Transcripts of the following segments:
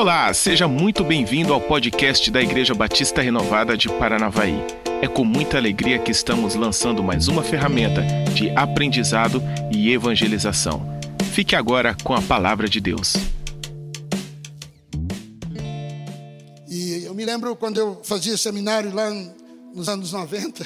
Olá, seja muito bem-vindo ao podcast da Igreja Batista Renovada de Paranavaí. É com muita alegria que estamos lançando mais uma ferramenta de aprendizado e evangelização. Fique agora com a palavra de Deus. E eu me lembro quando eu fazia seminário lá nos anos 90,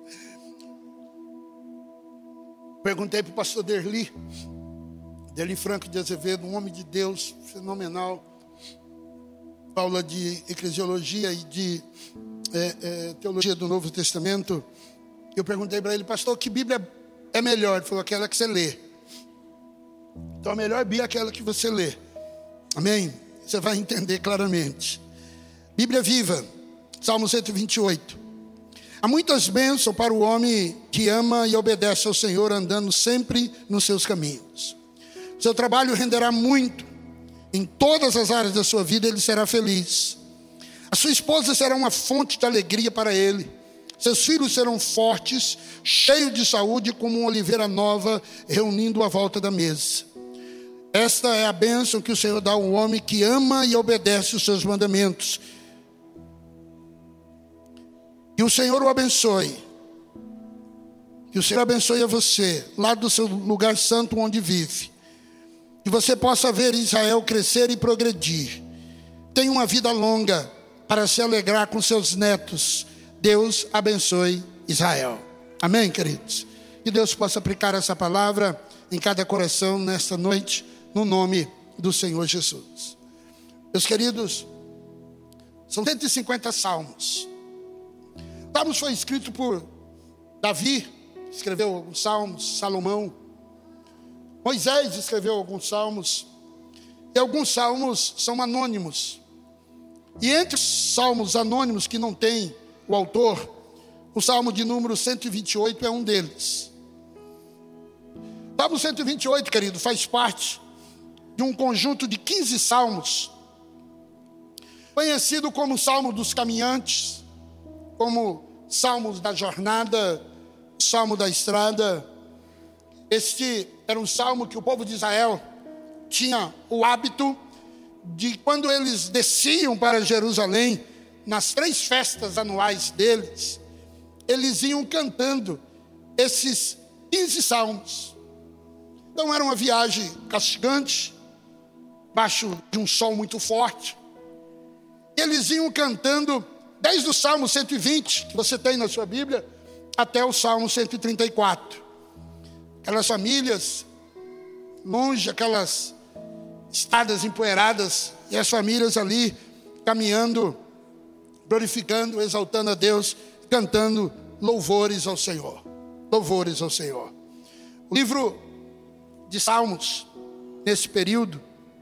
perguntei para o pastor Derli Franco de Azevedo, um homem de Deus fenomenal, aula de eclesiologia e de teologia do Novo Testamento. Eu perguntei para ele: pastor, que Bíblia é melhor? Ele falou: aquela que você lê. Então a melhor Bíblia é aquela que você lê. Amém? Você vai entender claramente. Bíblia viva, Salmo 128. Há muitas bênçãos para o homem que ama e obedece ao Senhor, andando sempre nos seus caminhos. Seu trabalho renderá muito. Em todas as áreas da sua vida ele será feliz. A sua esposa será uma fonte de alegria para ele. Seus filhos serão fortes, cheios de saúde, como uma oliveira nova, reunindo à volta da mesa. Esta é a bênção que o Senhor dá ao homem que ama e obedece os seus mandamentos. Que o Senhor o abençoe. Que o Senhor abençoe a você, lá do seu lugar santo onde vive. Que você possa ver Israel crescer e progredir. Tenha uma vida longa para se alegrar com seus netos. Deus abençoe Israel. Amém, queridos? Que Deus possa aplicar essa palavra em cada coração nesta noite, no nome do Senhor Jesus. Meus queridos, são 150 salmos. Salmos foi escrito por Davi, escreveu alguns salmos, Salomão. Moisés escreveu alguns salmos. E alguns salmos são anônimos. E entre os salmos anônimos que não tem o autor, o salmo de número 128 é um deles. O salmo 128, querido, faz parte de um conjunto de 15 salmos, conhecido como Salmo dos Caminhantes, como Salmos da Jornada, Salmo da Estrada. Este era um salmo que o povo de Israel tinha o hábito de, quando eles desciam para Jerusalém, nas 3 festas anuais deles, eles iam cantando esses 15 salmos. Então era uma viagem castigante, baixo de um sol muito forte. Eles iam cantando desde o Salmo 120, que você tem na sua Bíblia, até o Salmo 134. Aquelas famílias longe, aquelas estradas empoeiradas, e as famílias ali caminhando, glorificando, exaltando a Deus, cantando louvores ao Senhor. Louvores ao Senhor. O livro de Salmos, nesse período,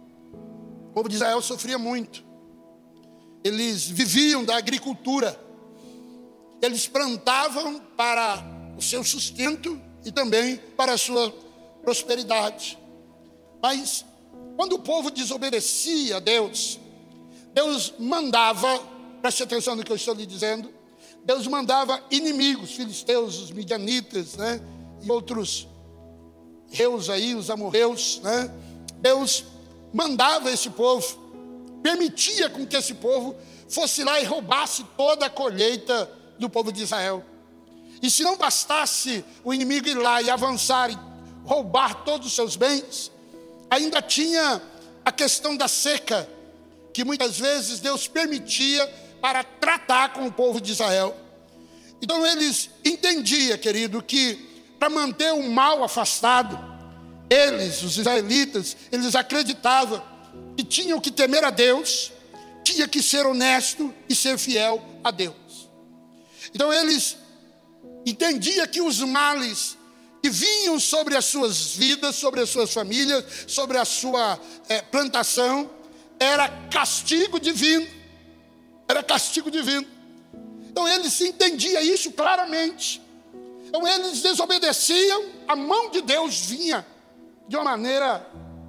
o povo de Israel sofria muito. Eles viviam da agricultura. Eles plantavam para o seu sustento e também para a sua prosperidade. Mas quando o povo desobedecia a Deus, Deus mandava, preste atenção no que eu estou lhe dizendo, Deus mandava inimigos, filisteus, os midianitas, né? E outros reus aí, os amorreus, né? Deus mandava esse povo, permitia com que esse povo fosse lá e roubasse toda a colheita do povo de Israel. E se não bastasse o inimigo ir lá e avançar e roubar todos os seus bens, ainda tinha a questão da seca, que muitas vezes Deus permitia para tratar com o povo de Israel. Então eles entendiam, querido, que para manter o mal afastado, eles, os israelitas, eles acreditavam que tinham que temer a Deus, tinha que ser honesto e ser fiel a Deus. Então eles entendiam que os males que vinham sobre as suas vidas, sobre as suas famílias, sobre a sua plantação, era castigo divino. Era castigo divino. Então eles entendiam isso claramente. Então eles desobedeciam, a mão de Deus vinha de uma maneira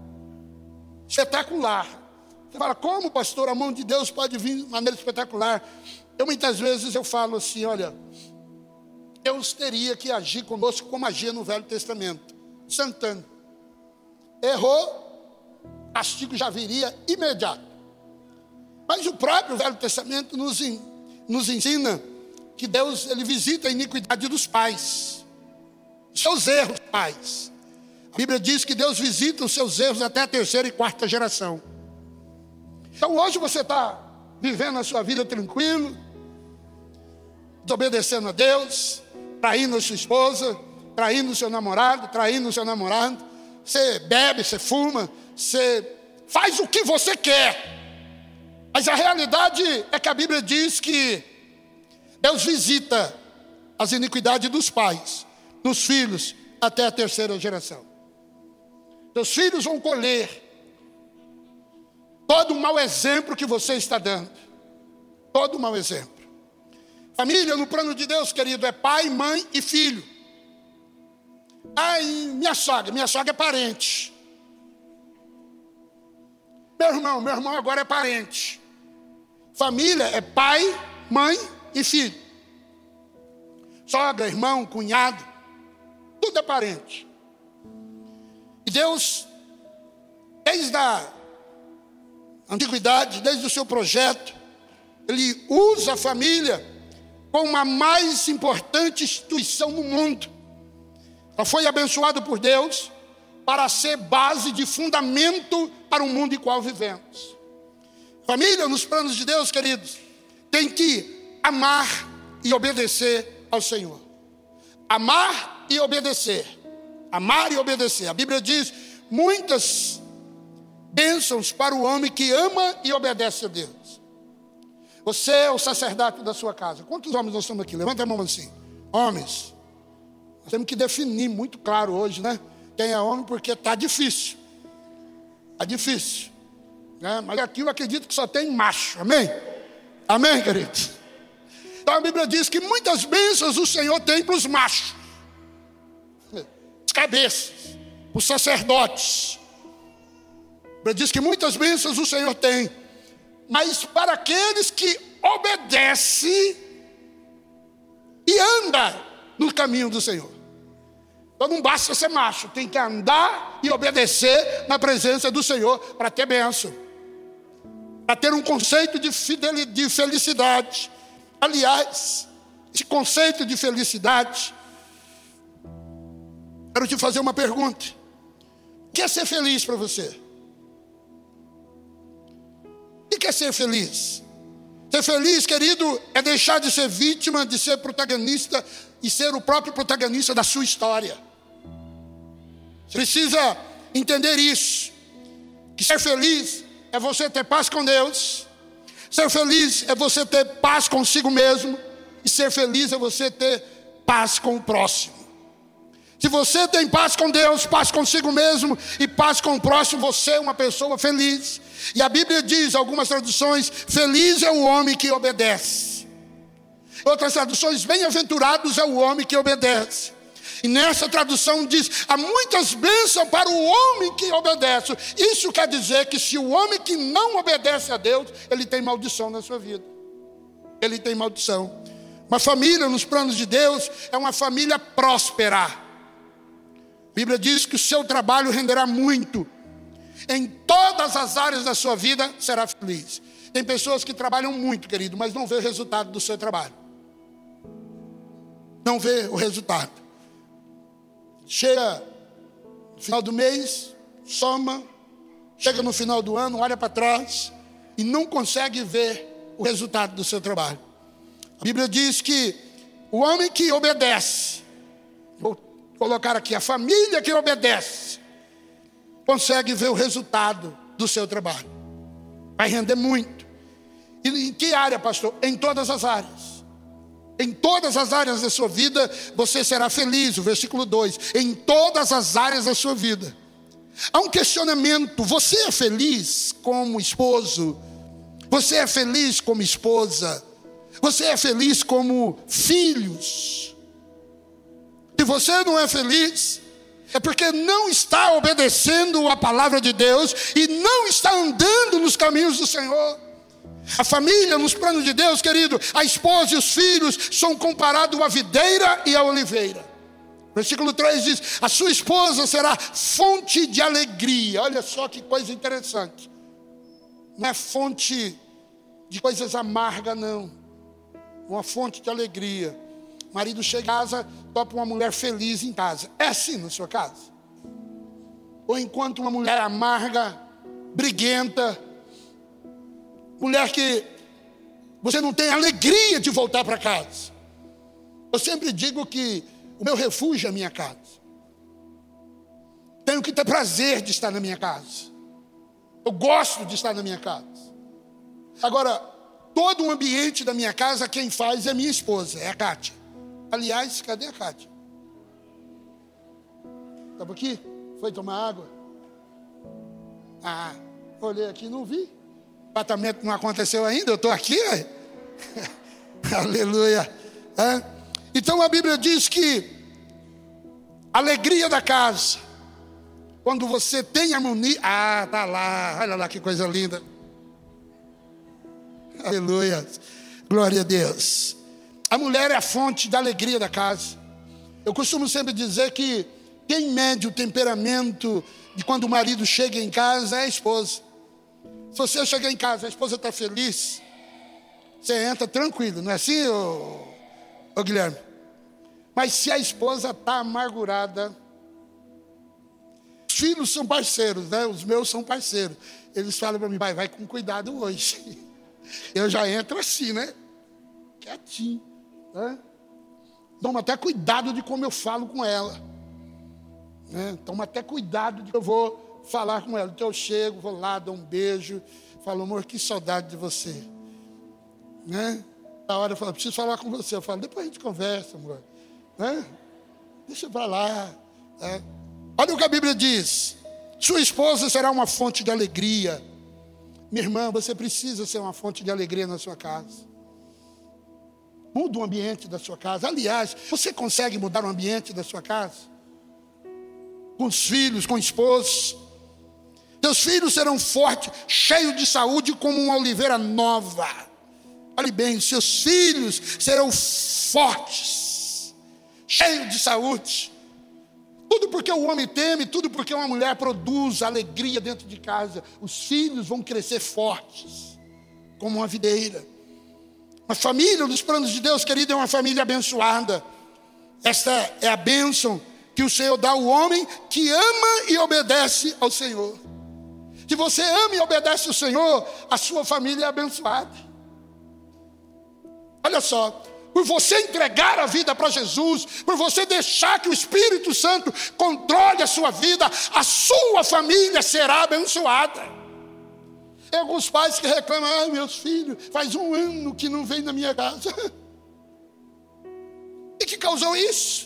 espetacular. Você fala: como, pastor, a mão de Deus pode vir de maneira espetacular? Muitas vezes eu falo assim: olha, Deus teria que agir conosco como agia no Velho Testamento, instantâneo. Errou, castigo já viria imediato. Mas o próprio Velho Testamento nos ensina que Deus, ele visita a iniquidade dos pais, seus erros pais. A Bíblia diz que Deus visita os seus erros até a 3ª e 4ª geração. Então hoje você está vivendo a sua vida tranquilo, desobedecendo a Deus, traindo a sua esposa, traindo o seu namorado, traindo o seu namorado. Você bebe, você fuma, você faz o que você quer. Mas a realidade é que a Bíblia diz que Deus visita as iniquidades dos pais, dos filhos, até a 3ª geração. Seus filhos vão colher todo o mau exemplo que você está dando. Todo o mau exemplo. Família, no plano de Deus, querido, é pai, mãe e filho. Minha sogra é parente. Meu irmão agora é parente. Família é pai, mãe e filho. Sogra, irmão, cunhado, tudo é parente. E Deus, desde a antiguidade, desde o seu projeto, Ele usa a família como a mais importante instituição no mundo. Ela foi abençoada por Deus para ser base de fundamento para o mundo em qual vivemos. Família, nos planos de Deus, queridos, tem que amar e obedecer ao Senhor. Amar e obedecer. Amar e obedecer. A Bíblia diz muitas bênçãos para o homem que ama e obedece a Deus. Você é o sacerdote da sua casa. Quantos homens nós estamos aqui? Levanta a mão assim. Homens. Nós temos que definir muito claro hoje, né? Quem é homem, porque está difícil. Está difícil. Né? Mas aqui eu acredito que só tem macho. Amém? Amém, queridos? Então a Bíblia diz que muitas bênçãos o Senhor tem para os machos. As cabeças. Os sacerdotes. A Bíblia diz que muitas bênçãos o Senhor tem. Mas para aqueles que obedecem e andam no caminho do Senhor. Então não basta ser macho, tem que andar e obedecer na presença do Senhor para ter bênção. Para ter um conceito de felicidade. Aliás, esse conceito de felicidade, quero te fazer uma pergunta. O que é ser feliz para você? O que é ser feliz? Ser feliz, querido, é deixar de ser vítima, de ser protagonista e ser o próprio protagonista da sua história. Você precisa entender isso. Que ser feliz é você ter paz com Deus. Ser feliz é você ter paz consigo mesmo. E ser feliz é você ter paz com o próximo. Se você tem paz com Deus, paz consigo mesmo e paz com o próximo, você é uma pessoa feliz. E a Bíblia diz, algumas traduções, feliz é o homem que obedece. Outras traduções, bem-aventurados é o homem que obedece. E nessa tradução diz, há muitas bênçãos para o homem que obedece. Isso quer dizer que se o homem que não obedece a Deus, ele tem maldição na sua vida. Ele tem maldição. Uma família nos planos de Deus é uma família próspera. A Bíblia diz que o seu trabalho renderá muito. Em todas as áreas da sua vida será feliz. Tem pessoas que trabalham muito, querido, mas não vê o resultado do seu trabalho. Não vê o resultado. Chega no final do mês, soma. Chega no final do ano, olha para trás e não consegue ver o resultado do seu trabalho. A Bíblia diz que o homem que obedece, vou colocar aqui, a família que obedece, consegue ver o resultado do seu trabalho. Vai render muito. E em que área, pastor? Em todas as áreas. Em todas as áreas da sua vida, você será feliz. O versículo 2. Em todas as áreas da sua vida. Há um questionamento. Você é feliz como esposo? Você é feliz como esposa? Você é feliz como filhos? Se você não é feliz, é porque não está obedecendo a palavra de Deus e não está andando nos caminhos do Senhor. A família, nos planos de Deus, querido, a esposa e os filhos são comparados à videira e à oliveira. Versículo 3 diz, a sua esposa será fonte de alegria. Olha só que coisa interessante. Não é fonte de coisas amargas, não. Uma fonte de alegria. O marido chega em casa, topa uma mulher feliz em casa. É assim na sua casa? Ou enquanto uma mulher amarga, briguenta, mulher que você não tem alegria de voltar para casa. Eu sempre digo que o meu refúgio é a minha casa. Tenho que ter prazer de estar na minha casa. Eu gosto de estar na minha casa. Agora, todo o ambiente da minha casa, quem faz é minha esposa, é a Kátia. Aliás, cadê a Kátia? Estava aqui? Foi tomar água? Ah, olhei aqui e não vi. O apartamento não aconteceu ainda, eu estou aqui. Aleluia. Então a Bíblia diz que a alegria da casa, quando você tem harmonia. Ah, tá lá, olha lá que coisa linda. Aleluia, glória a Deus. A mulher é a fonte da alegria da casa. Eu costumo sempre dizer que quem mede o temperamento de quando o marido chega em casa é a esposa. Se você chegar em casa, a esposa está feliz, você entra tranquilo, não é assim, ô Guilherme? Mas se a esposa está amargurada, os filhos são parceiros, né? Os meus são parceiros. Eles falam para mim, pai, vai com cuidado hoje. Eu já entro assim, né? Quietinho, né? Tomo até cuidado de como eu falo com ela, né? Tomo até cuidado de que eu vou falar com ela. Então eu chego, vou lá, dou um beijo, falo, amor, que saudade de você, né? A hora eu falo, preciso falar com você. Eu falo, depois a gente conversa, amor, né? Deixa pra lá, né? Olha o que a Bíblia diz: sua esposa será uma fonte de alegria. Minha irmã, você precisa ser uma fonte de alegria na sua casa. Muda o ambiente da sua casa. Aliás, você consegue mudar o ambiente da sua casa? Com os filhos, com o esposo. Teus filhos serão fortes, cheios de saúde, como uma oliveira nova. Olhe bem, seus filhos serão fortes, cheios de saúde. Tudo porque o homem teme, tudo porque uma mulher produz alegria dentro de casa. Os filhos vão crescer fortes, como uma videira. Uma família nos planos de Deus, querido, é uma família abençoada. Esta é a bênção que o Senhor dá ao homem que ama e obedece ao Senhor. Se você ama e obedece ao Senhor, a sua família é abençoada. Olha só. Por você entregar a vida para Jesus, por você deixar que o Espírito Santo controle a sua vida, a sua família será abençoada. Tem alguns pais que reclamam, ai, meus filhos, faz 1 ano que não vem na minha casa. E que causou isso?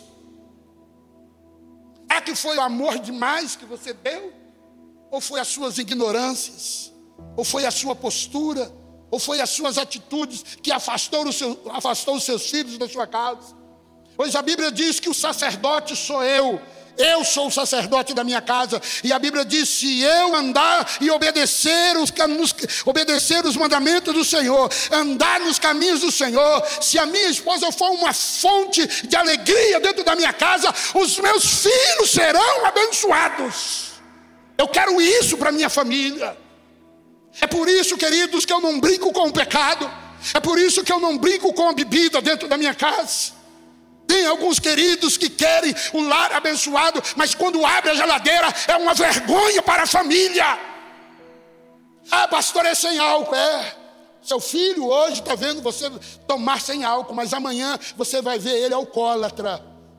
É que foi o amor demais que você deu? Ou foi as suas ignorâncias? Ou foi a sua postura? Ou foi as suas atitudes que afastou os seus filhos da sua casa? Pois a Bíblia diz que o sacerdote sou eu. Eu sou o sacerdote da minha casa. E a Bíblia diz, se eu andar e obedecer os mandamentos do Senhor, andar nos caminhos do Senhor, se a minha esposa for uma fonte de alegria dentro da minha casa, os meus filhos serão abençoados. Eu quero isso para minha família. É por isso, queridos, que eu não brinco com o pecado. É por isso que eu não brinco com a bebida dentro da minha casa. Tem alguns queridos que querem o lar abençoado, mas quando abre a geladeira é uma vergonha para a família. Ah, pastor, é sem álcool. É, seu filho hoje está vendo você tomar sem álcool, mas amanhã você vai ver ele alcoólatra.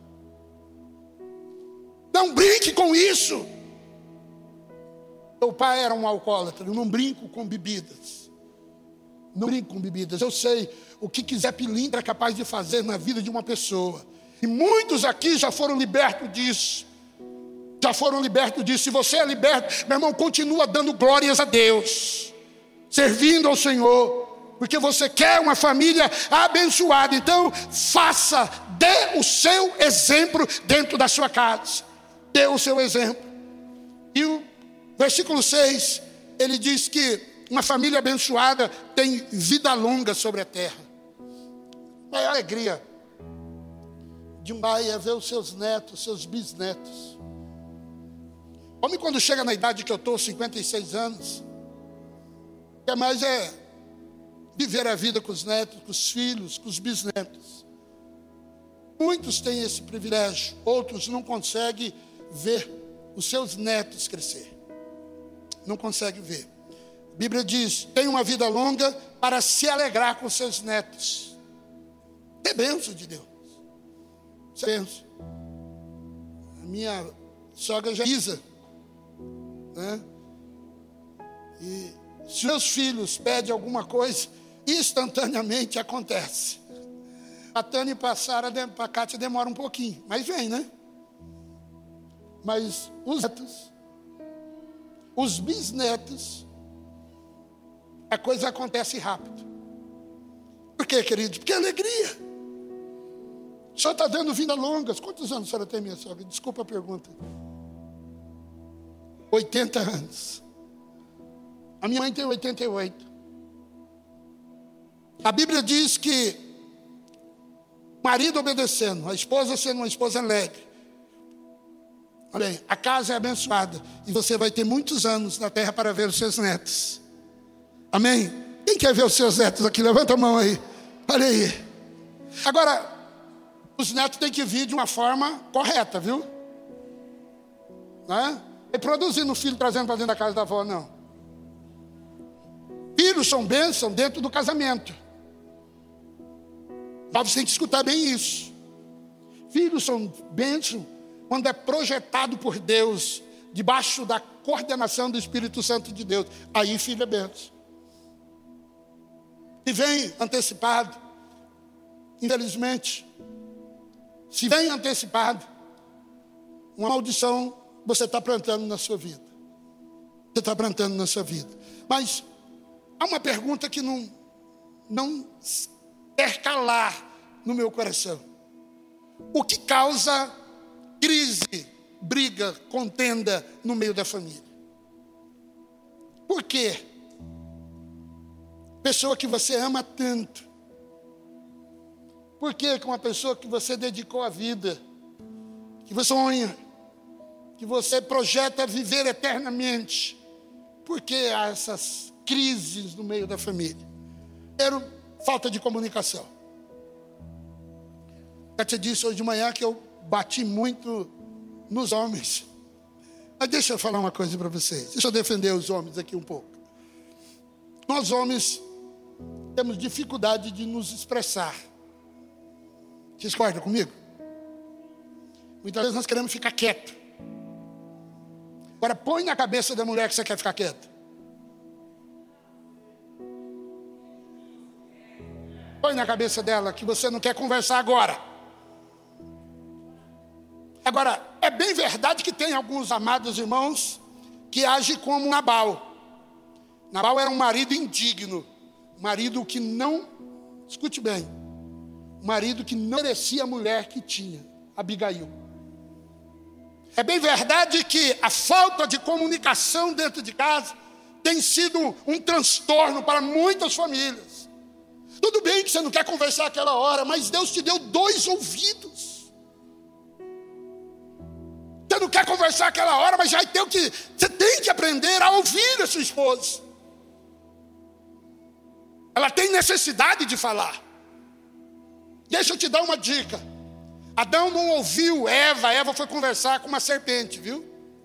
Não brinque com isso. Meu pai era um alcoólatra. Eu não brinco com bebidas. Não brinco com bebidas. Eu sei o que Zé Pilintra é capaz de fazer na vida de uma pessoa. E muitos aqui já foram libertos disso. Já foram libertos disso. Se você é liberto, meu irmão, continua dando glórias a Deus, servindo ao Senhor, porque você quer uma família abençoada. Então dê o seu exemplo dentro da sua casa. Dê o seu exemplo. E o versículo 6, ele diz que uma família abençoada tem vida longa sobre a terra. A alegria de um pai é ver os seus netos, seus bisnetos. Homem, quando chega na idade que eu estou, 56 anos, quer mais é viver a vida com os netos, com os filhos, com os bisnetos. Muitos têm esse privilégio, outros não conseguem ver os seus netos crescer. Não conseguem ver. A Bíblia diz: tenha uma vida longa para se alegrar com seus netos. É bênção de Deus. Isso é bênção. A minha sogra já é Isa, né? E se meus filhos pedem alguma coisa, instantaneamente acontece. A Tânia e a Cátia demora um pouquinho, mas vem, né? Mas os netos, os bisnetos, a coisa acontece rápido. Por quê, querido? Porque é alegria. O senhor está dando vida longas. Quantos anos a senhora tem, minha sogra? Desculpa a pergunta. 80 anos. A minha mãe tem 88. A Bíblia diz que o marido obedecendo, a esposa sendo uma esposa alegre. Olha aí, a casa é abençoada. E você vai ter muitos anos na terra para ver os seus netos. Amém? Quem quer ver os seus netos aqui? Levanta a mão aí. Olha aí. Agora, os netos têm que vir de uma forma correta, viu? Não é? Reproduzindo o filho, trazendo para dentro da casa da avó, não. Filhos são bênção dentro do casamento. Você tem que escutar bem isso. Filhos são bênção quando é projetado por Deus, debaixo da coordenação do Espírito Santo de Deus. Aí filho é bênção. E vem antecipado, infelizmente, se vem antecipado, uma maldição você está plantando na sua vida. Você está plantando na sua vida. Mas há uma pergunta que não quer calar no meu coração. O que causa crise, briga, contenda no meio da família? Por quê? Pessoa que você ama tanto. Por que com uma pessoa que você dedicou a vida, que você sonha, que você projeta viver eternamente? Por que há essas crises no meio da família? Primeiro, falta de comunicação. Kátia disse hoje de manhã que eu bati muito nos homens. Mas deixa eu falar uma coisa para vocês. Deixa eu defender os homens aqui um pouco. Nós homens temos dificuldade de nos expressar. Vocês concordam comigo? Muitas vezes nós queremos ficar quieto. Agora põe na cabeça da mulher que você quer ficar quieto. Põe na cabeça dela que você não quer conversar agora. Agora, é bem verdade que tem alguns amados irmãos que agem como Nabal. Nabal era um marido indigno. Um marido que não, escute bem, um marido que não merecia a mulher que tinha, Abigail. É bem verdade que a falta de comunicação dentro de casa tem sido um transtorno para muitas famílias. Tudo bem que você não quer conversar aquela hora, mas Deus te deu 2 ouvidos. Você não quer conversar aquela hora, mas você tem que aprender a ouvir a sua esposa. Ela tem necessidade de falar. Deixa eu te dar uma dica. Adão não ouviu Eva foi conversar com uma serpente, viu?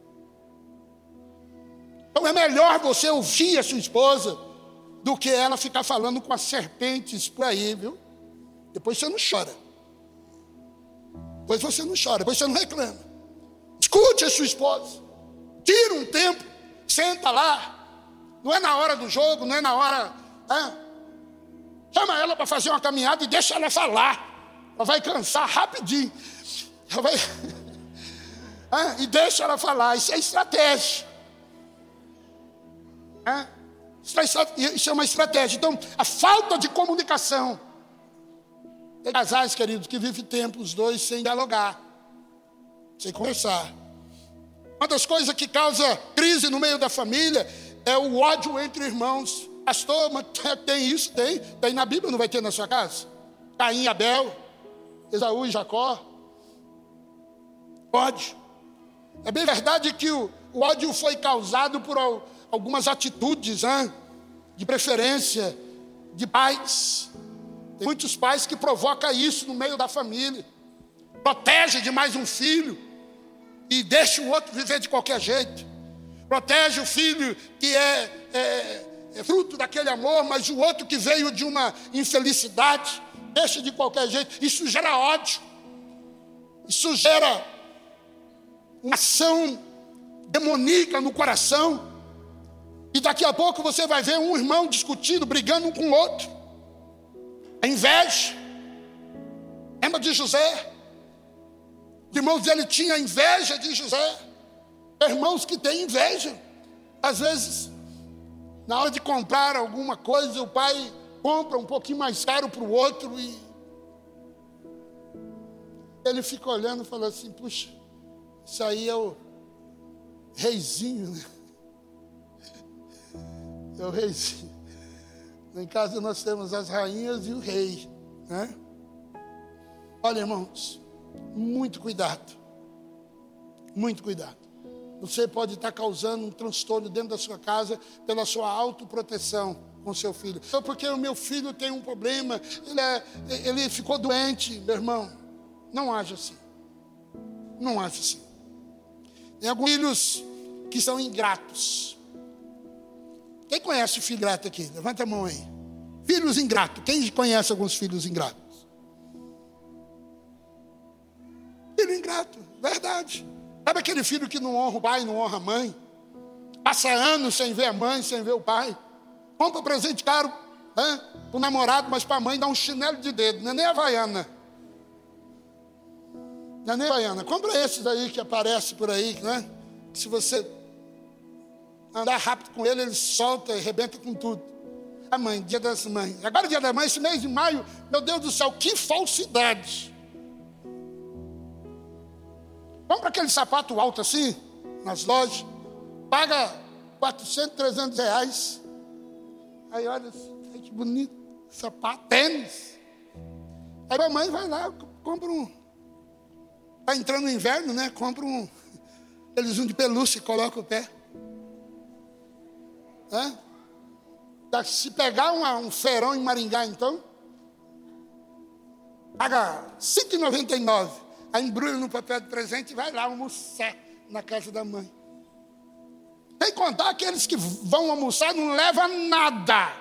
Então é melhor você ouvir a sua esposa do que ela ficar falando com as serpentes por aí, viu? Depois você não chora. Depois você não chora, depois você não reclama. Escute a sua esposa. Tira um tempo, senta lá. Não é na hora do jogo, não é na hora... Chama ela para fazer uma caminhada e deixa ela falar. Ela vai cansar rapidinho. Ela vai... E deixa ela falar. Isso é estratégia. Isso é uma estratégia. Então, a falta de comunicação. Tem casais, queridos, que vivem tempo os dois sem dialogar, sem conversar. Uma das coisas que causa crise no meio da família é o ódio entre irmãos. Pastor, mas tem isso? Tem na Bíblia, não vai ter na sua casa? Caim e Abel, Esaú e Jacó. Ódio. É bem verdade que o ódio foi causado por algumas atitudes, de preferência, de pais. Tem muitos pais que provocam isso no meio da família. Protege demais um filho e deixa o outro viver de qualquer jeito. Protege o filho que é fruto daquele amor, mas o outro que veio de uma infelicidade, deixa de qualquer jeito. Isso gera ódio. Isso gera uma ação demoníaca no coração. E daqui a pouco você vai ver um irmão discutindo, brigando um com o outro. A inveja. Lembra de José? Os irmãos dele tinham inveja de José. Irmãos que têm inveja. Às vezes, na hora de comprar alguma coisa, o pai compra um pouquinho mais caro para o outro e ele fica olhando e fala assim, puxa, isso aí é o reizinho, né? É o reizinho. Em casa nós temos as rainhas e o rei, né? Olha, irmãos, muito cuidado. Muito cuidado. Você pode estar causando um transtorno dentro da sua casa pela sua autoproteção com seu filho. Então, porque o meu filho tem um problema, ele ficou doente, meu irmão. Não age assim. Não age assim. Tem alguns filhos que são ingratos. Quem conhece o filho ingrato aqui? Levanta a mão aí. Filhos ingratos. Quem conhece alguns filhos ingratos? Filho ingrato, verdade. Sabe aquele filho que não honra o pai, não honra a mãe? Passa anos sem ver a mãe, sem ver o pai. Compra presente caro, né, para o namorado, mas para a mãe dá um chinelo de dedo. Não é nem a Havaiana. Não é nem a Havaiana. Compra esses aí que aparecem por aí, né? Se você andar rápido com ele, ele solta e arrebenta com tudo. A mãe, dia das mães. Agora dia das mães, esse mês de maio, meu Deus do céu, que falsidade. Compra aquele sapato alto assim, nas lojas, paga 400, 300 reais. Aí olha assim, que bonito, sapato, tênis. Aí a mãe vai lá, compra um. Está entrando no inverno, né? Compra um. Eles de pelúcia e coloca o pé. Se pegar um feirão em Maringá, então, paga R$ 5,99. Aí embrulha no papel de presente e vai lá almoçar na casa da mãe. Sem contar aqueles que vão almoçar e não levam nada.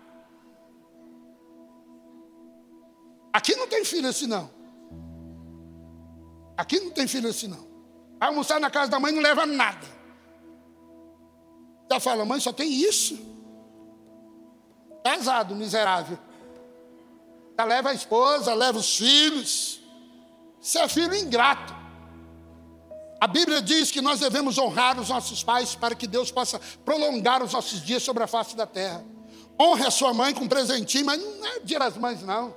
Aqui não tem filho assim, não. Aqui não tem filho assim, não. Vai almoçar na casa da mãe e não leva nada. Já fala, mãe, só tem isso. Pesado, miserável. Já leva a esposa, leva os filhos. Isso é filho ingrato. A Bíblia diz que nós devemos honrar os nossos pais para que Deus possa prolongar os nossos dias sobre a face da terra. Honre a sua mãe com um presentinho, mas não é dia das mães, não.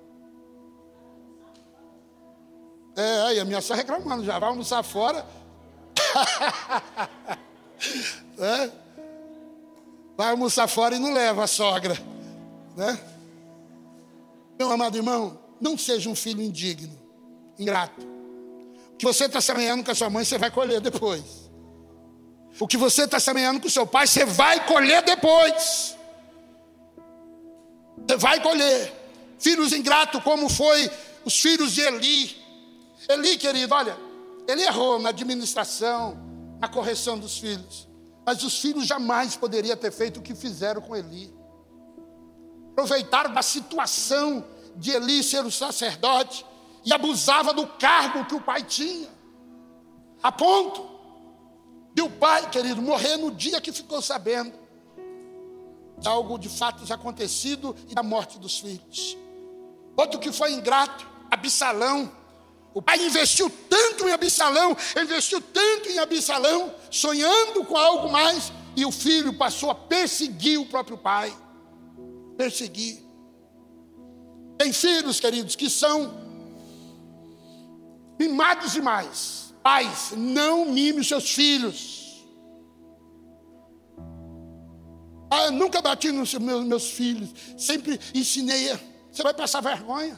Aí a minha só reclamando, já vai almoçar fora. Vai almoçar fora e não leva a sogra, né? Meu amado irmão, não seja um filho indigno, ingrato. O que você está semeando com a sua mãe, você vai colher depois. O que você está semeando com o seu pai, você vai colher depois. Você vai colher. Filhos ingratos, como foi os filhos de Eli. Eli, querido, olha, ele errou na administração, na correção dos filhos. Mas os filhos jamais poderiam ter feito o que fizeram com Eli. Aproveitaram da situação de Eli ser o sacerdote e abusava do cargo que o pai tinha. A ponto de o pai, querido, morrer no dia que ficou sabendo de algo de fatos acontecido e da morte dos filhos. Outro que foi ingrato, Absalão. O pai investiu tanto em Absalão, sonhando com algo mais, e o filho passou a perseguir o próprio pai. Perseguir. Tem filhos, queridos, que são mimados demais. Pais, não mime os seus filhos. Eu nunca bati nos meus filhos, sempre ensinei. Você vai passar vergonha.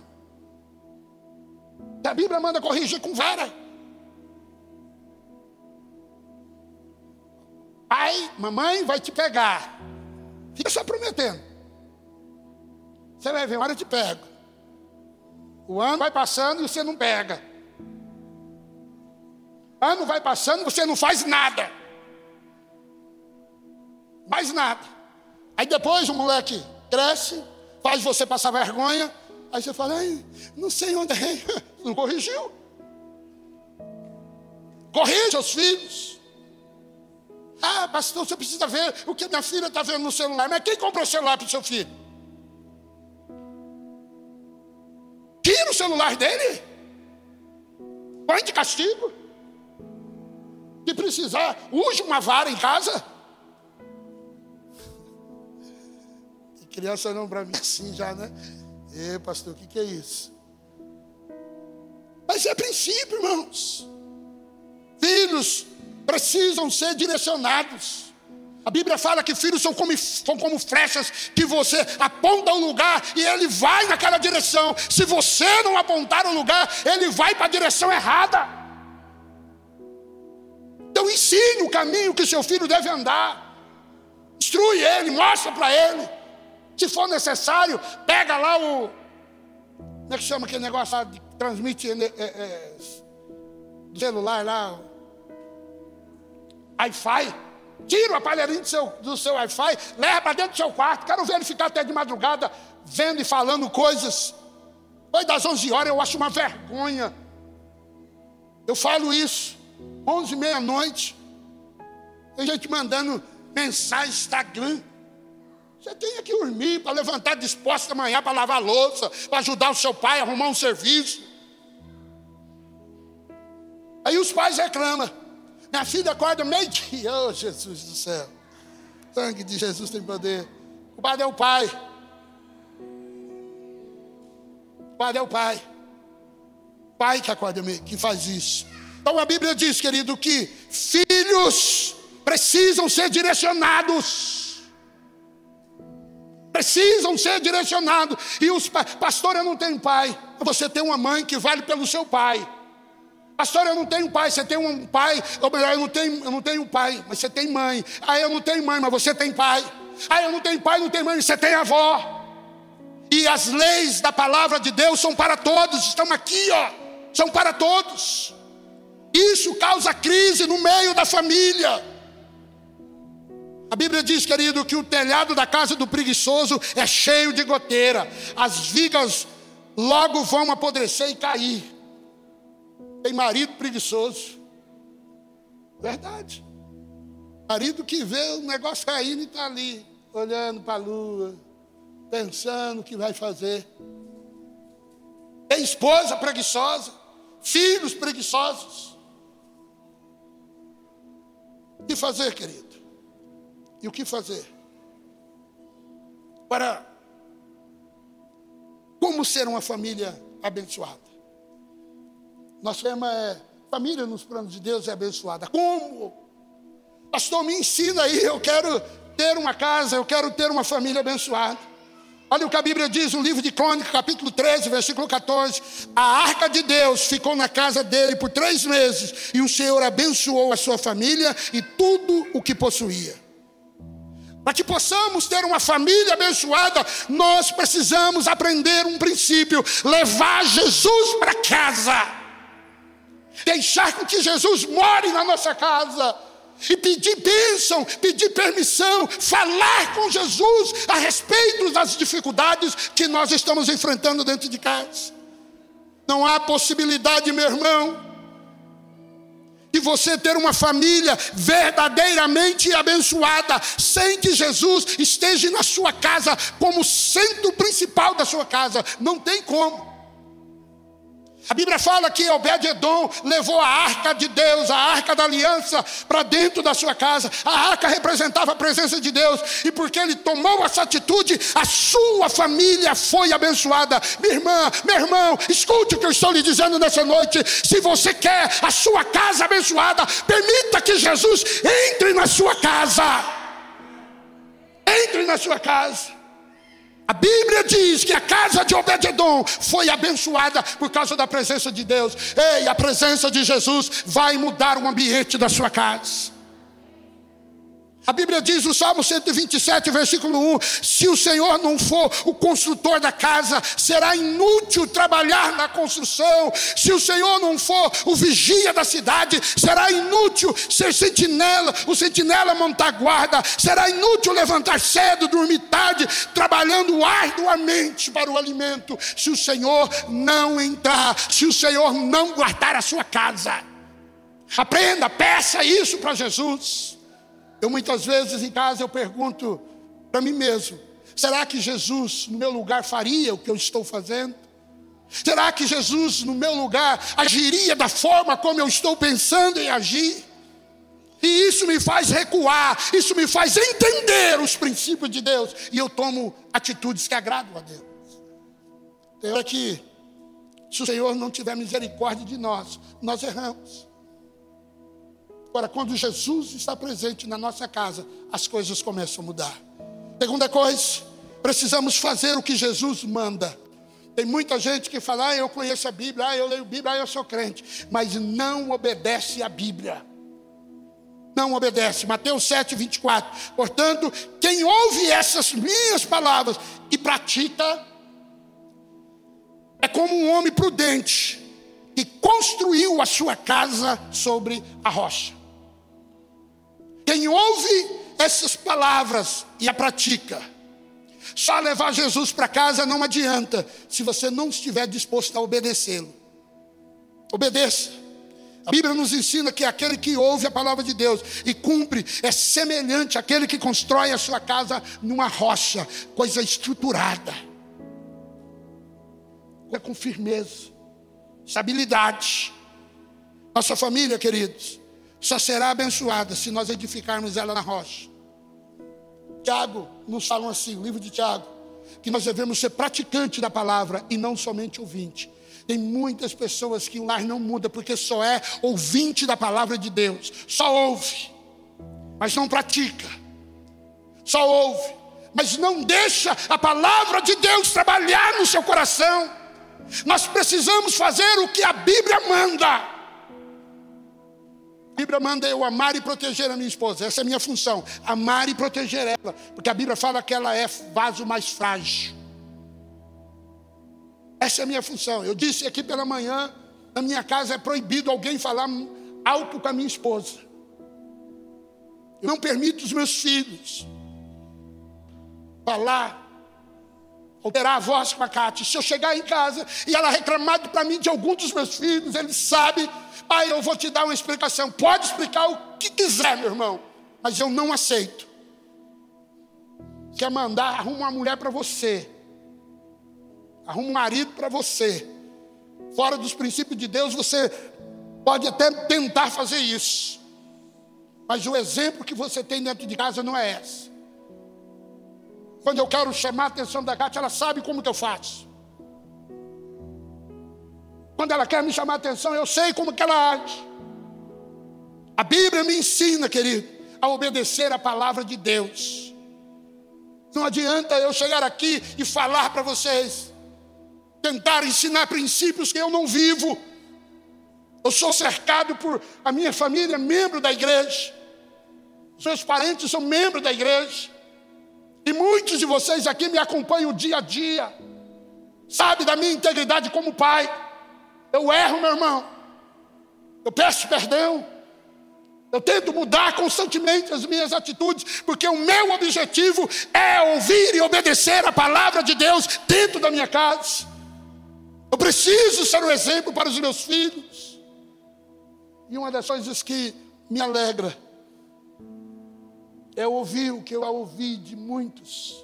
A Bíblia manda corrigir com vara. Pai, mamãe vai te pegar. Fica só prometendo. Você vai ver, uma hora eu te pego. O ano vai passando e você não pega. Ano vai passando e você não faz nada. Mais nada. Aí depois o moleque cresce, faz você passar vergonha. Aí você fala, não sei onde é. Não corrigiu. Corrija seus filhos. Pastor, você precisa ver o que minha filha está vendo no celular. Mas quem comprou o celular para o seu filho? Tira o celular dele. Põe de castigo. Se precisar, use uma vara em casa. E criança não para mim assim já, né? Pastor, o que é isso? Mas é princípio, irmãos. Filhos precisam ser direcionados. A Bíblia fala que filhos são como flechas que você aponta um lugar e ele vai naquela direção. Se você não apontar o lugar, ele vai para a direção errada. Então ensine o caminho que seu filho deve andar. Instrui ele, mostra para ele. Se for necessário, pega lá o... Como é que chama aquele negócio lá que transmite do celular lá? Wi-Fi. Tira o aparelhinho do seu Wi-Fi, leva para dentro do seu quarto. Quero ver ele ficar até de madrugada vendo e falando coisas. Depois das 11 horas eu acho uma vergonha. Eu falo isso. 11, meia-noite. Tem gente mandando mensagem, Instagram. Você tem que dormir para levantar disposto amanhã para lavar a louça, para ajudar o seu pai a arrumar um serviço. Aí os pais reclamam. Minha filha acorda meio-dia. Oh, Jesus do céu. O sangue de Jesus tem poder. O padre é o pai. O padre é o pai. O pai que acorda meio, que faz isso. Então a Bíblia diz, querido, que filhos precisam ser direcionados. Precisam ser direcionados. E os pastor, eu não tenho pai. Você tem uma mãe que vale pelo seu pai. Pastor, eu não tenho pai. Você tem um pai. Ou melhor, eu não tenho pai, mas você tem mãe. Eu não tenho mãe, mas você tem pai. Eu não tenho pai, não tenho mãe, mas você tem avó. E as leis da palavra de Deus são para todos. Estão aqui, ó. São para todos. Isso causa crise no meio da família. A Bíblia diz, querido, que o telhado da casa do preguiçoso é cheio de goteira. As vigas logo vão apodrecer e cair. Tem marido preguiçoso. Verdade. Marido que vê o negócio caindo e está ali, olhando para a lua, pensando o que vai fazer. Tem esposa preguiçosa, filhos preguiçosos. O que fazer, querido? E o que fazer? Para como ser uma família abençoada? Nosso tema é família nos planos de Deus é abençoada. Como? Pastor, me ensina aí, eu quero ter uma casa, eu quero ter uma família abençoada. Olha o que a Bíblia diz no livro de Crônicas, capítulo 13, versículo 14. A arca de Deus ficou na casa dele por 3 meses e o Senhor abençoou a sua família e tudo o que possuía. Para que possamos ter uma família abençoada, nós precisamos aprender um princípio: levar Jesus para casa, deixar com que Jesus more na nossa casa, e pedir bênção, pedir permissão, falar com Jesus a respeito das dificuldades que nós estamos enfrentando dentro de casa. Não há possibilidade, meu irmão, de você ter uma família verdadeiramente abençoada sem que Jesus esteja na sua casa como centro principal da sua casa. Não tem como. A Bíblia fala que Obed-Edom levou a arca de Deus, a arca da aliança, para dentro da sua casa. A arca representava a presença de Deus. E porque ele tomou essa atitude, a sua família foi abençoada. Minha irmã, meu irmão, escute o que eu estou lhe dizendo nessa noite. Se você quer a sua casa abençoada, permita que Jesus entre na sua casa. Entre na sua casa. A Bíblia diz que a casa de Obed-Edom foi abençoada por causa da presença de Deus. Ei, a presença de Jesus vai mudar o ambiente da sua casa. A Bíblia diz no Salmo 127, versículo 1, se o Senhor não for o construtor da casa, será inútil trabalhar na construção. Se o Senhor não for o vigia da cidade, será inútil ser sentinela, o sentinela montar guarda. Será inútil levantar cedo, dormir tarde, trabalhando arduamente para o alimento. Se o Senhor não entrar, se o Senhor não guardar a sua casa. Aprenda, peça isso para Jesus. Eu muitas vezes em casa eu pergunto para mim mesmo, será que Jesus no meu lugar faria o que eu estou fazendo? Será que Jesus no meu lugar agiria da forma como eu estou pensando em agir? E isso me faz recuar, isso me faz entender os princípios de Deus. E eu tomo atitudes que agradam a Deus. Tem hora que, se o Senhor não tiver misericórdia de nós, nós erramos. Agora, quando Jesus está presente na nossa casa, as coisas começam a mudar. Segunda coisa, precisamos fazer o que Jesus manda. Tem muita gente que fala, eu conheço a Bíblia, eu leio a Bíblia, eu sou crente. Mas não obedece à Bíblia. Não obedece. Mateus 7, 24. Portanto, quem ouve essas minhas palavras e pratica, é como um homem prudente que construiu a sua casa sobre a rocha. Quem ouve essas palavras e a pratica, só levar Jesus para casa não adianta, se você não estiver disposto a obedecê-lo. Obedeça. A Bíblia nos ensina que aquele que ouve a palavra de Deus e cumpre é semelhante àquele que constrói a sua casa numa rocha, coisa estruturada, com firmeza, estabilidade. Nossa família, queridos, só será abençoada se nós edificarmos ela na rocha. Tiago nos fala assim, o livro de Tiago, que nós devemos ser praticantes da palavra e não somente ouvinte. Tem muitas pessoas que o lar não muda porque só é ouvinte da palavra de Deus. Só ouve, mas não pratica. Só ouve, mas não deixa a palavra de Deus trabalhar no seu coração. Nós precisamos fazer o que a Bíblia manda. A Bíblia manda eu amar e proteger a minha esposa. Essa é a minha função, amar e proteger ela. Porque a Bíblia fala que ela é vaso mais frágil. Essa é a minha função. Eu disse aqui pela manhã, na minha casa é proibido alguém falar alto com a minha esposa. Eu não permito os meus filhos falar, alterar a voz com a Cátia. Se eu chegar em casa e ela reclamar para mim de algum dos meus filhos, ele sabe, pai, eu vou te dar uma explicação. Pode explicar o que quiser, meu irmão, mas eu não aceito. Quer mandar, arruma uma mulher para você. Arruma um marido para você. Fora dos princípios de Deus, você pode até tentar fazer isso. Mas o exemplo que você tem dentro de casa não é esse. Quando eu quero chamar a atenção da Cátia, ela sabe como que eu faço. Quando ela quer me chamar a atenção, eu sei como que ela age. A Bíblia me ensina, querido, a obedecer a palavra de Deus. Não adianta eu chegar aqui e falar para vocês, tentar ensinar princípios que eu não vivo. Eu sou cercado por a minha família, membro da igreja. Os meus parentes são membros da igreja. E muitos de vocês aqui me acompanham dia a dia. Sabe da minha integridade como pai. Eu erro, meu irmão. Eu peço perdão. Eu tento mudar constantemente as minhas atitudes, porque o meu objetivo é ouvir e obedecer a palavra de Deus dentro da minha casa. Eu preciso ser um exemplo para os meus filhos. E uma das coisas que me alegra é ouvir o que eu ouvi de muitos.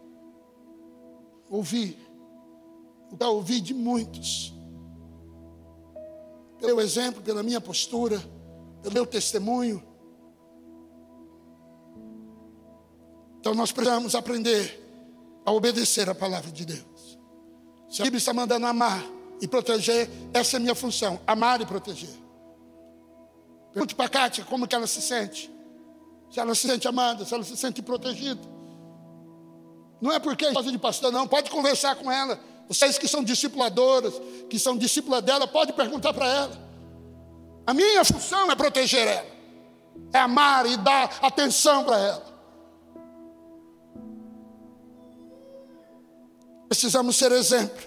Ouvi de muitos. Pelo exemplo, pela minha postura, pelo meu testemunho. Então nós precisamos aprender a obedecer a palavra de Deus. Se a Bíblia está mandando amar e proteger, essa é a minha função, amar e proteger. Pergunte para a Cátia como que ela se sente. Se ela se sente amada, se ela se sente protegida. Não é porque é esposa de pastor, não. Pode conversar com ela. Vocês que são discipuladoras, que são discípulas dela, pode perguntar para ela. A minha função é proteger ela. é amar e dar atenção para ela. Precisamos ser exemplo.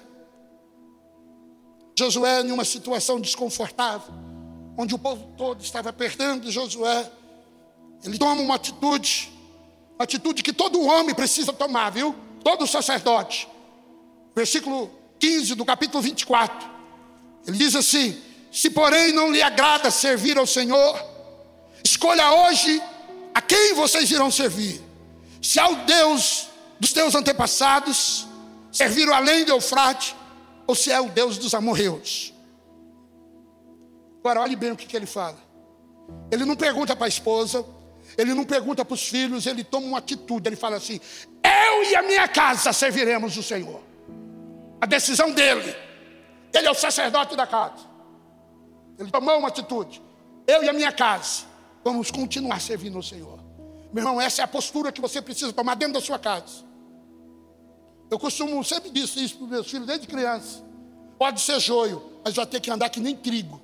Josué, em uma situação desconfortável, onde o povo todo estava perdendo, Josué, ele toma uma atitude que todo homem precisa tomar, viu? Todo sacerdote. Versículo 15 do capítulo 24. Ele diz assim: se porém não lhe agrada servir ao Senhor, escolha hoje a quem vocês irão servir. Se ao Deus dos teus antepassados serviram além do Eufrate, ou se é o Deus dos amorreus. Agora olhe bem o que ele fala. Ele não pergunta para a esposa, ele não pergunta para os filhos, ele toma uma atitude. Ele fala assim: eu e a minha casa serviremos o Senhor. A decisão dele. Ele é o sacerdote da casa. Ele tomou uma atitude: eu e a minha casa vamos continuar servindo o Senhor. Meu irmão, essa é a postura que você precisa tomar dentro da sua casa. Eu costumo, sempre disse isso para os meus filhos desde criança: pode ser joio, mas vai ter que andar que nem trigo.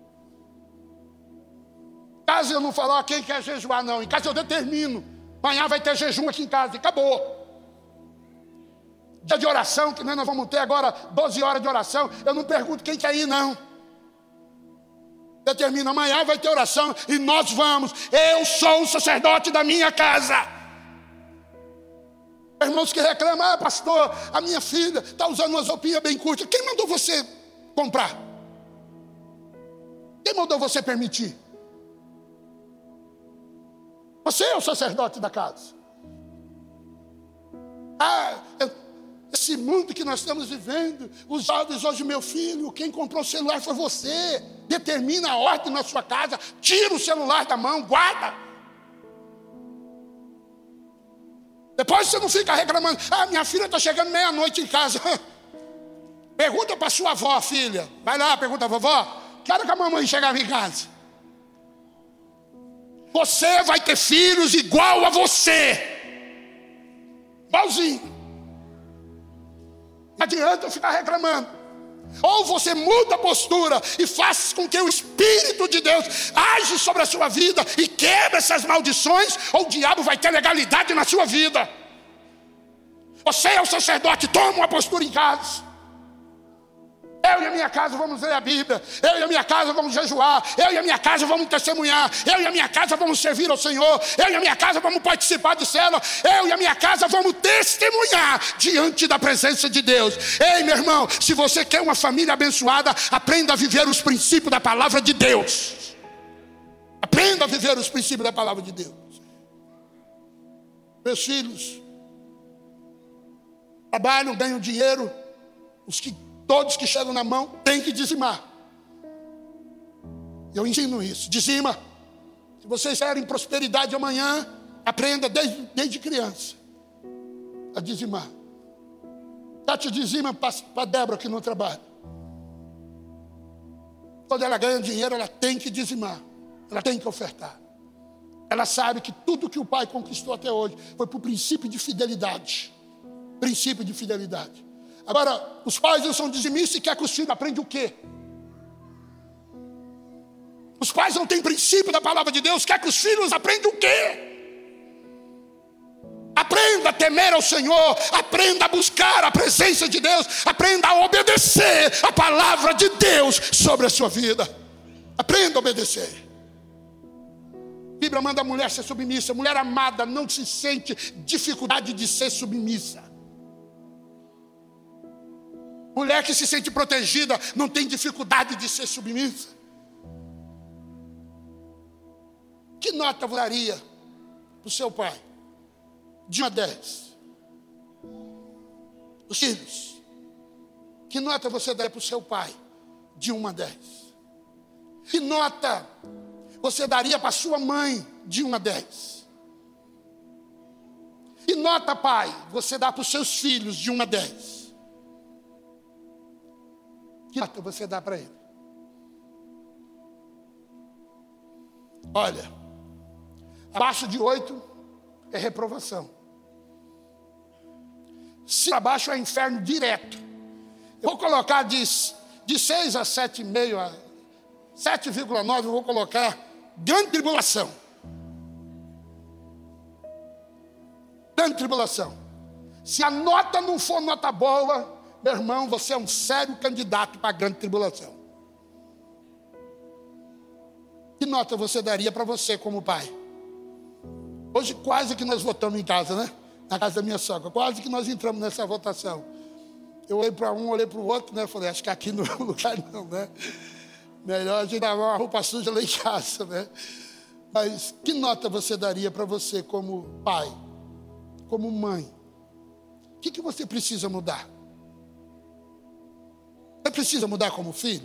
Em casa eu não falo, quem quer jejuar, não. Em casa eu determino: amanhã vai ter jejum aqui em casa, e acabou. Dia de oração, que nós vamos ter agora 12 horas de oração, eu não pergunto quem quer ir, não. Determino: amanhã vai ter oração e nós vamos. Eu sou o sacerdote da minha casa. Irmãos que reclamam: pastor, a minha filha está usando umas roupinhas bem curtas. Quem mandou você comprar? Quem mandou você permitir? Você é o sacerdote da casa. Esse mundo que nós estamos vivendo, os jovens hoje, meu filho, quem comprou o celular foi você. Determina a ordem na sua casa, tira o celular da mão, guarda. Depois você não fica reclamando: minha filha está chegando meia-noite em casa. Pergunta para sua avó, filha. Vai lá, pergunta à vovó: que hora que a mamãe chegava em casa? Você vai ter filhos igual a você. Igualzinho. Não adianta ficar reclamando. Ou você muda a postura e faz com que o Espírito de Deus age sobre a sua vida e quebra essas maldições, ou o diabo vai ter legalidade na sua vida. Você é o sacerdote, toma uma postura em casa. Eu e a minha casa vamos ler a Bíblia. Eu e a minha casa vamos jejuar. Eu e a minha casa vamos testemunhar. Eu e a minha casa vamos servir ao Senhor. Eu e a minha casa vamos participar de célula. Eu e a minha casa vamos testemunhar diante da presença de Deus. Ei, meu irmão, se você quer uma família abençoada, aprenda a viver os princípios da palavra de Deus. Aprenda a viver os princípios da palavra de Deus. Meus filhos trabalham, ganham dinheiro. Todos que chegam na mão têm que dizimar. Eu ensino isso: dizima. Se vocês querem prosperidade amanhã, aprenda desde criança a dizimar. Tati dizima para Débora que não trabalha. Quando ela ganha dinheiro, ela tem que dizimar. Ela tem que ofertar. Ela sabe que tudo que o pai conquistou até hoje foi por princípio de fidelidade. Princípio de fidelidade. Agora, os pais não são dizimistas e querem que os filhos aprendam o quê? Os pais não têm princípio da palavra de Deus, querem que os filhos aprendam o quê? Aprenda a temer ao Senhor, aprenda a buscar a presença de Deus, aprenda a obedecer a palavra de Deus sobre a sua vida. Aprenda a obedecer. A Bíblia manda a mulher ser submissa. Mulher amada não se sente dificuldade de ser submissa. Mulher que se sente protegida não tem dificuldade de ser submissa. Que nota você daria para o seu pai? De 1 a 10. Os filhos. Que nota você daria para o seu pai? De 1 a 10. Que nota você daria para a sua mãe? De 1 a 10. Que nota, pai, você dá para os seus filhos? De 1 a 10. Que nota você dá para ele? Olha, abaixo de 8 é reprovação. Se abaixo é inferno direto. Eu vou colocar de 6 a 7,5, a 7,9, eu vou colocar grande tribulação. grande tribulação. Se a nota não for nota boa, meu irmão, você é um sério candidato para a grande tribulação. Que nota você daria para você como pai? Hoje quase que nós votamos em casa, né? Na casa da minha sogra. Quase que nós entramos nessa votação. Eu olhei para um, olhei para o outro, né? Falei, acho que aqui não é o lugar não, né? Melhor a gente dar uma roupa suja lá em casa, né? Mas que nota você daria para você como pai? Como mãe? O que você precisa mudar? Você precisa mudar como filho?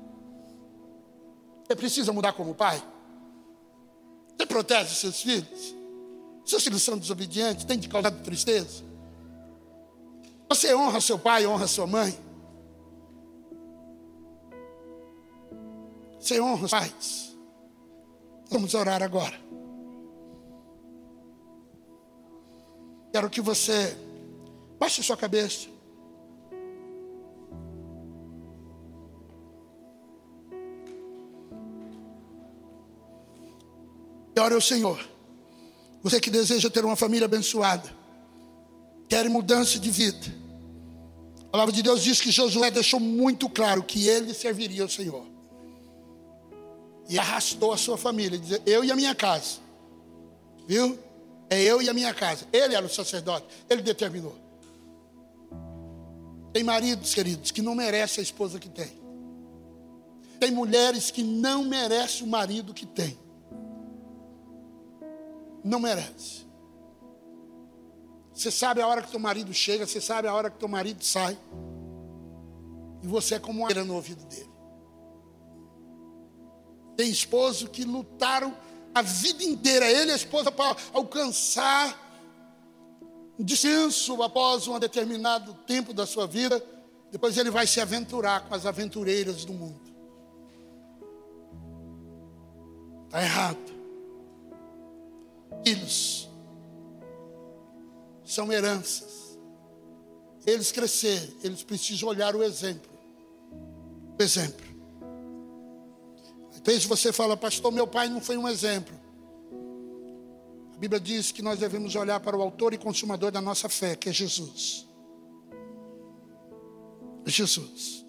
Você precisa mudar como pai? Você protege seus filhos? Seus filhos são desobedientes, tem te causado tristeza? Você honra seu pai, honra sua mãe? Você honra os pais? Vamos orar agora. Quero que você baixe sua cabeça. E ore ao Senhor. Você que deseja ter uma família abençoada, quer mudança de vida. A palavra de Deus diz que Josué deixou muito claro que ele serviria ao Senhor. E arrastou a sua família, dizendo, eu e a minha casa. Viu? É eu e a minha casa. Ele era o sacerdote, ele determinou. Tem maridos, queridos, que não merecem a esposa que tem. Tem mulheres que não merecem o marido que tem. Não merece. Você sabe a hora que teu marido chega, você sabe a hora que teu marido sai. E você é como uma areia no ouvido dele. Tem esposos que lutaram a vida inteira, ele e a esposa, para alcançar um descanso após um determinado tempo da sua vida. Depois ele vai se aventurar com as aventureiras do mundo. Está errado. Filhos são heranças. Eles crescerem, eles precisam olhar o exemplo. O exemplo. Às vezes você fala, pastor, meu pai não foi um exemplo. A Bíblia diz que nós devemos olhar para o autor e consumador da nossa fé, que é Jesus. Jesus.